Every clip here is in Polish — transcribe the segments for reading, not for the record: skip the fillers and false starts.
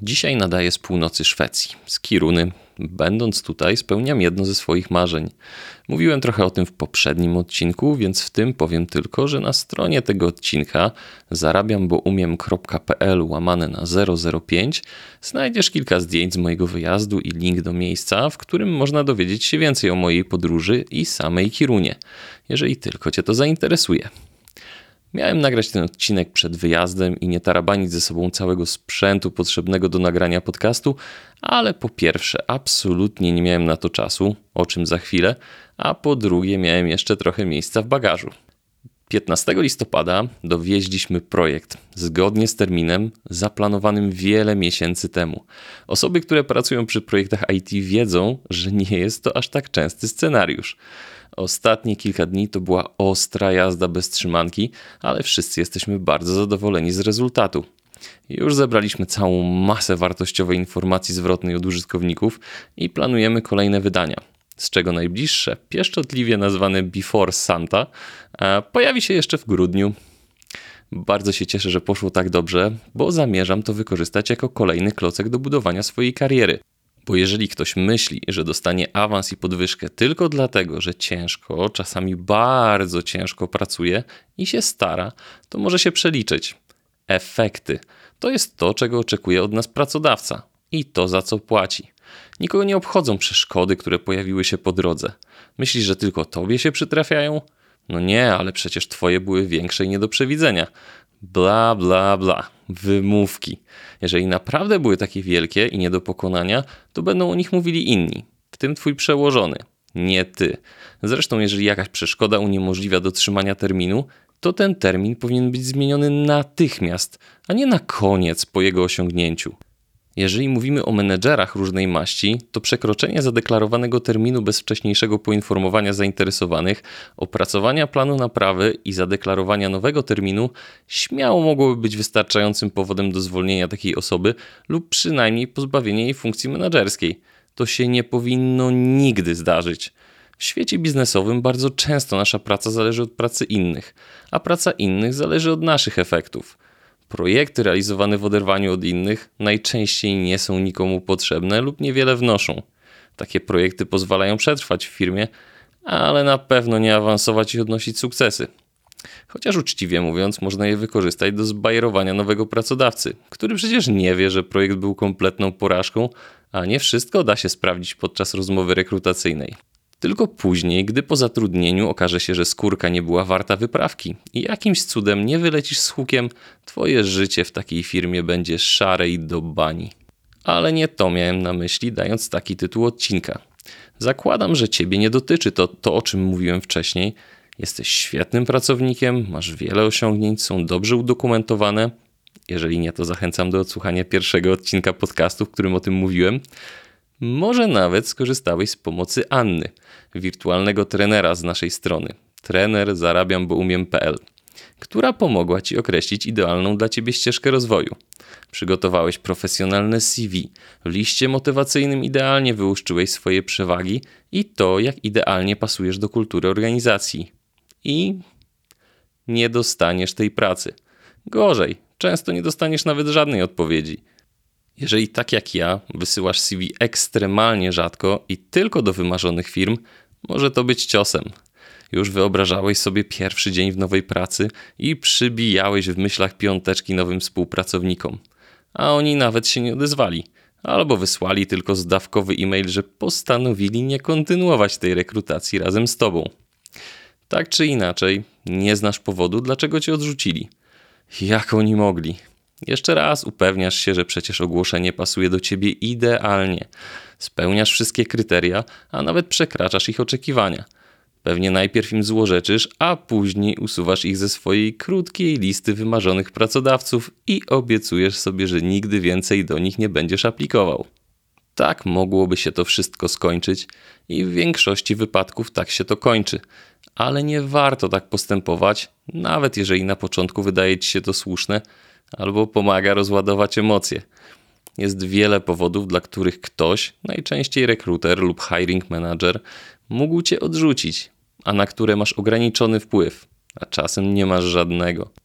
Dzisiaj nadaję z północy Szwecji, z Kiruny. Będąc tutaj, spełniam jedno ze swoich marzeń. Mówiłem trochę o tym w poprzednim odcinku, więc w tym powiem tylko, że na stronie tego odcinka zarabiamboumiem.pl/005 znajdziesz kilka zdjęć z mojego wyjazdu i link do miejsca, w którym można dowiedzieć się więcej o mojej podróży i samej Kirunie, jeżeli tylko Cię to zainteresuje. Miałem nagrać ten odcinek przed wyjazdem i nie tarabanić ze sobą całego sprzętu potrzebnego do nagrania podcastu, ale po pierwsze absolutnie nie miałem na to czasu, o czym za chwilę, a po drugie miałem jeszcze trochę miejsca w bagażu. 15 listopada dowieźliśmy projekt zgodnie z terminem zaplanowanym wiele miesięcy temu. Osoby, które pracują przy projektach IT wiedzą, że nie jest to aż tak częsty scenariusz. Ostatnie kilka dni to była ostra jazda bez trzymanki, ale wszyscy jesteśmy bardzo zadowoleni z rezultatu. Już zebraliśmy całą masę wartościowej informacji zwrotnej od użytkowników i planujemy kolejne wydania, z czego najbliższe, pieszczotliwie nazwane Before Santa, pojawi się jeszcze w grudniu. Bardzo się cieszę, że poszło tak dobrze, bo zamierzam to wykorzystać jako kolejny klocek do budowania swojej kariery. Bo jeżeli ktoś myśli, że dostanie awans i podwyżkę tylko dlatego, że ciężko, czasami bardzo ciężko pracuje i się stara, to może się przeliczyć. Efekty to jest to, czego oczekuje od nas pracodawca i to, za co płaci. Nikogo nie obchodzą przeszkody, które pojawiły się po drodze. Myślisz, że tylko tobie się przytrafiają? No nie, ale przecież twoje były większe i nie do przewidzenia. Bla, bla, bla. Wymówki. Jeżeli naprawdę były takie wielkie i nie do pokonania, to będą o nich mówili inni, w tym twój przełożony, nie ty. Zresztą jeżeli jakaś przeszkoda uniemożliwia dotrzymania terminu, to ten termin powinien być zmieniony natychmiast, a nie na koniec po jego osiągnięciu. Jeżeli mówimy o menedżerach różnej maści, to przekroczenie zadeklarowanego terminu bez wcześniejszego poinformowania zainteresowanych, opracowania planu naprawy i zadeklarowania nowego terminu śmiało mogłoby być wystarczającym powodem do zwolnienia takiej osoby lub przynajmniej pozbawienia jej funkcji menedżerskiej. To się nie powinno nigdy zdarzyć. W świecie biznesowym bardzo często nasza praca zależy od pracy innych, a praca innych zależy od naszych efektów. Projekty realizowane w oderwaniu od innych najczęściej nie są nikomu potrzebne lub niewiele wnoszą. Takie projekty pozwalają przetrwać w firmie, ale na pewno nie awansować i odnosić sukcesy. Chociaż uczciwie mówiąc, można je wykorzystać do zbajerowania nowego pracodawcy, który przecież nie wie, że projekt był kompletną porażką, a nie wszystko da się sprawdzić podczas rozmowy rekrutacyjnej. Tylko później, gdy po zatrudnieniu okaże się, że skórka nie była warta wyprawki i jakimś cudem nie wylecisz z hukiem, twoje życie w takiej firmie będzie szare i do bani. Ale nie to miałem na myśli, dając taki tytuł odcinka. Zakładam, że ciebie nie dotyczy to, o czym mówiłem wcześniej. Jesteś świetnym pracownikiem, masz wiele osiągnięć, są dobrze udokumentowane. Jeżeli nie, to zachęcam do odsłuchania pierwszego odcinka podcastu, w którym o tym mówiłem. Może nawet skorzystałeś z pomocy Anny, wirtualnego trenera z naszej strony, zarabiamboumiem.pl, która pomogła ci określić idealną dla ciebie ścieżkę rozwoju. Przygotowałeś profesjonalne CV, w liście motywacyjnym idealnie wyłuszczyłeś swoje przewagi i to, jak idealnie pasujesz do kultury organizacji. I nie dostaniesz tej pracy. Gorzej, często nie dostaniesz nawet żadnej odpowiedzi. Jeżeli tak jak ja wysyłasz CV ekstremalnie rzadko i tylko do wymarzonych firm, może to być ciosem. Już wyobrażałeś sobie pierwszy dzień w nowej pracy i przybijałeś w myślach piąteczki nowym współpracownikom. A oni nawet się nie odezwali. Albo wysłali tylko zdawkowy e-mail, że postanowili nie kontynuować tej rekrutacji razem z tobą. Tak czy inaczej, nie znasz powodu, dlaczego cię odrzucili. Jak oni mogli? Jeszcze raz upewniasz się, że przecież ogłoszenie pasuje do ciebie idealnie. Spełniasz wszystkie kryteria, a nawet przekraczasz ich oczekiwania. Pewnie najpierw im złorzeczysz, a później usuwasz ich ze swojej krótkiej listy wymarzonych pracodawców i obiecujesz sobie, że nigdy więcej do nich nie będziesz aplikował. Tak mogłoby się to wszystko skończyć i w większości wypadków tak się to kończy. Ale nie warto tak postępować, nawet jeżeli na początku wydaje ci się to słuszne, albo pomaga rozładować emocje. Jest wiele powodów, dla których ktoś, najczęściej rekruter lub hiring manager, mógł cię odrzucić, a na które masz ograniczony wpływ, a czasem nie masz żadnego.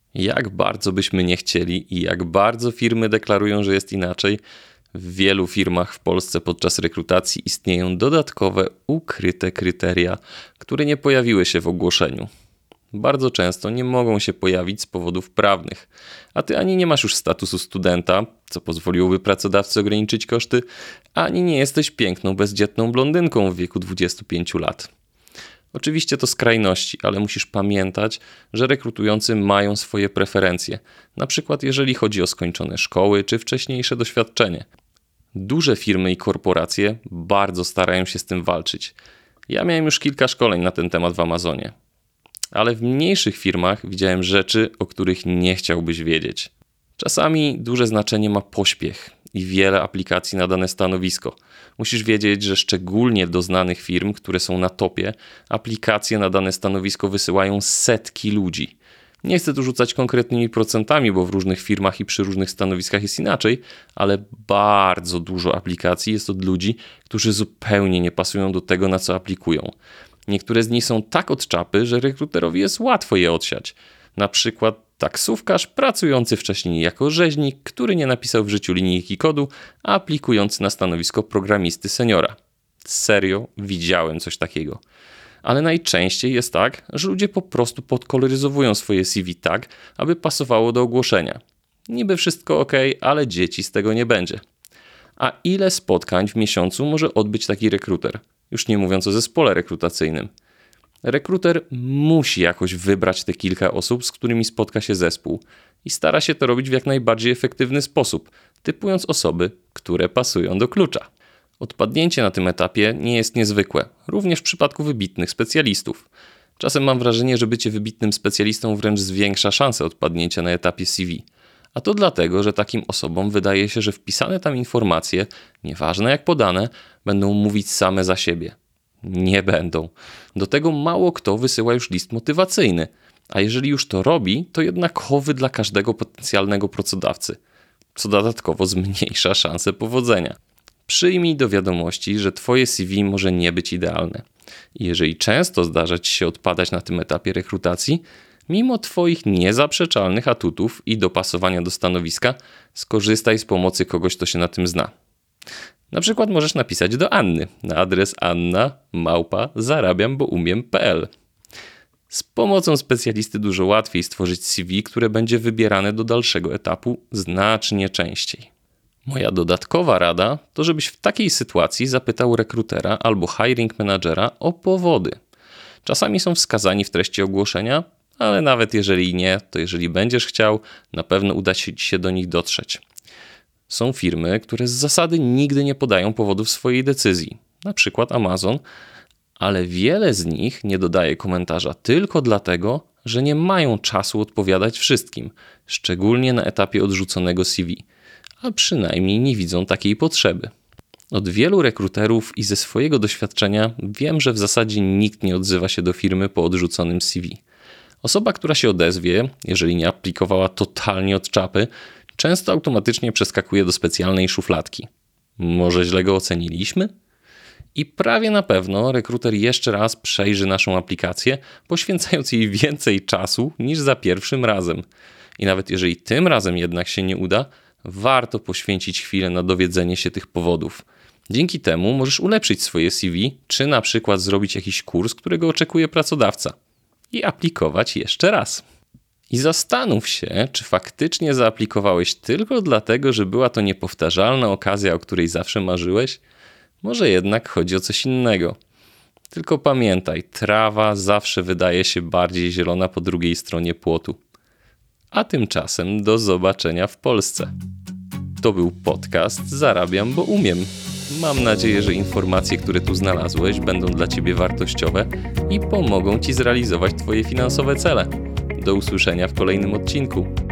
Jak bardzo byśmy nie chcieli i jak bardzo firmy deklarują, że jest inaczej, w wielu firmach w Polsce podczas rekrutacji istnieją dodatkowe, ukryte kryteria, które nie pojawiły się w ogłoszeniu. Bardzo często nie mogą się pojawić z powodów prawnych, a ty ani nie masz już statusu studenta, co pozwoliłoby pracodawcy ograniczyć koszty, ani nie jesteś piękną, bezdzietną blondynką w wieku 25 lat. Oczywiście to skrajności, ale musisz pamiętać, że rekrutujący mają swoje preferencje, na przykład jeżeli chodzi o skończone szkoły czy wcześniejsze doświadczenie. Duże firmy i korporacje bardzo starają się z tym walczyć. Ja miałem już kilka szkoleń na ten temat w Amazonie. Ale w mniejszych firmach widziałem rzeczy, o których nie chciałbyś wiedzieć. Czasami duże znaczenie ma pośpiech i wiele aplikacji na dane stanowisko. Musisz wiedzieć, że szczególnie do znanych firm, które są na topie, aplikacje na dane stanowisko wysyłają setki ludzi. Nie chcę tu rzucać konkretnymi procentami, bo w różnych firmach i przy różnych stanowiskach jest inaczej, ale bardzo dużo aplikacji jest od ludzi, którzy zupełnie nie pasują do tego, na co aplikują. Niektóre z nich są tak od czapy, że rekruterowi jest łatwo je odsiać. Na przykład taksówkarz pracujący wcześniej jako rzeźnik, który nie napisał w życiu linijki kodu, a aplikujący na stanowisko programisty seniora. Serio, widziałem coś takiego. Ale najczęściej jest tak, że ludzie po prostu podkoloryzowują swoje CV tak, aby pasowało do ogłoszenia. Niby wszystko ok, ale dzieci z tego nie będzie. A ile spotkań w miesiącu może odbyć taki rekruter? Już nie mówiąc o zespole rekrutacyjnym. Rekruter musi jakoś wybrać te kilka osób, z którymi spotka się zespół i stara się to robić w jak najbardziej efektywny sposób, typując osoby, które pasują do klucza. Odpadnięcie na tym etapie nie jest niezwykłe, również w przypadku wybitnych specjalistów. Czasem mam wrażenie, że bycie wybitnym specjalistą wręcz zwiększa szansę odpadnięcia na etapie CV. A to dlatego, że takim osobom wydaje się, że wpisane tam informacje, nieważne jak podane, będą mówić same za siebie. Nie będą. Do tego mało kto wysyła już list motywacyjny, a jeżeli już to robi, to jednakowy dla każdego potencjalnego pracodawcy, co dodatkowo zmniejsza szanse powodzenia. Przyjmij do wiadomości, że twoje CV może nie być idealne. I jeżeli często zdarza ci się odpadać na tym etapie rekrutacji, mimo twoich niezaprzeczalnych atutów i dopasowania do stanowiska, skorzystaj z pomocy kogoś, kto się na tym zna. Na przykład możesz napisać do Anny na adres anna@zarabiamboumiem.pl. Z pomocą specjalisty dużo łatwiej stworzyć CV, które będzie wybierane do dalszego etapu znacznie częściej. Moja dodatkowa rada to, żebyś w takiej sytuacji zapytał rekrutera albo hiring managera o powody. Czasami są wskazani w treści ogłoszenia, ale nawet jeżeli nie, to jeżeli będziesz chciał, na pewno uda ci się do nich dotrzeć. Są firmy, które z zasady nigdy nie podają powodów swojej decyzji, na przykład Amazon, ale wiele z nich nie dodaje komentarza tylko dlatego, że nie mają czasu odpowiadać wszystkim, szczególnie na etapie odrzuconego CV, a przynajmniej nie widzą takiej potrzeby. Od wielu rekruterów i ze swojego doświadczenia wiem, że w zasadzie nikt nie odzywa się do firmy po odrzuconym CV. Osoba, która się odezwie, jeżeli nie aplikowała totalnie od czapy, często automatycznie przeskakuje do specjalnej szufladki. Może źle go oceniliśmy? I prawie na pewno rekruter jeszcze raz przejrzy naszą aplikację, poświęcając jej więcej czasu niż za pierwszym razem. I nawet jeżeli tym razem jednak się nie uda, warto poświęcić chwilę na dowiedzenie się tych powodów. Dzięki temu możesz ulepszyć swoje CV, czy na przykład zrobić jakiś kurs, którego oczekuje pracodawca. I aplikować jeszcze raz. I zastanów się, czy faktycznie zaaplikowałeś tylko dlatego, że była to niepowtarzalna okazja, o której zawsze marzyłeś? Może jednak chodzi o coś innego. Tylko pamiętaj, trawa zawsze wydaje się bardziej zielona po drugiej stronie płotu. A tymczasem do zobaczenia w Polsce. To był podcast Zarabiam, bo umiem. Mam nadzieję, że informacje, które tu znalazłeś, będą dla Ciebie wartościowe i pomogą Ci zrealizować Twoje finansowe cele. Do usłyszenia w kolejnym odcinku.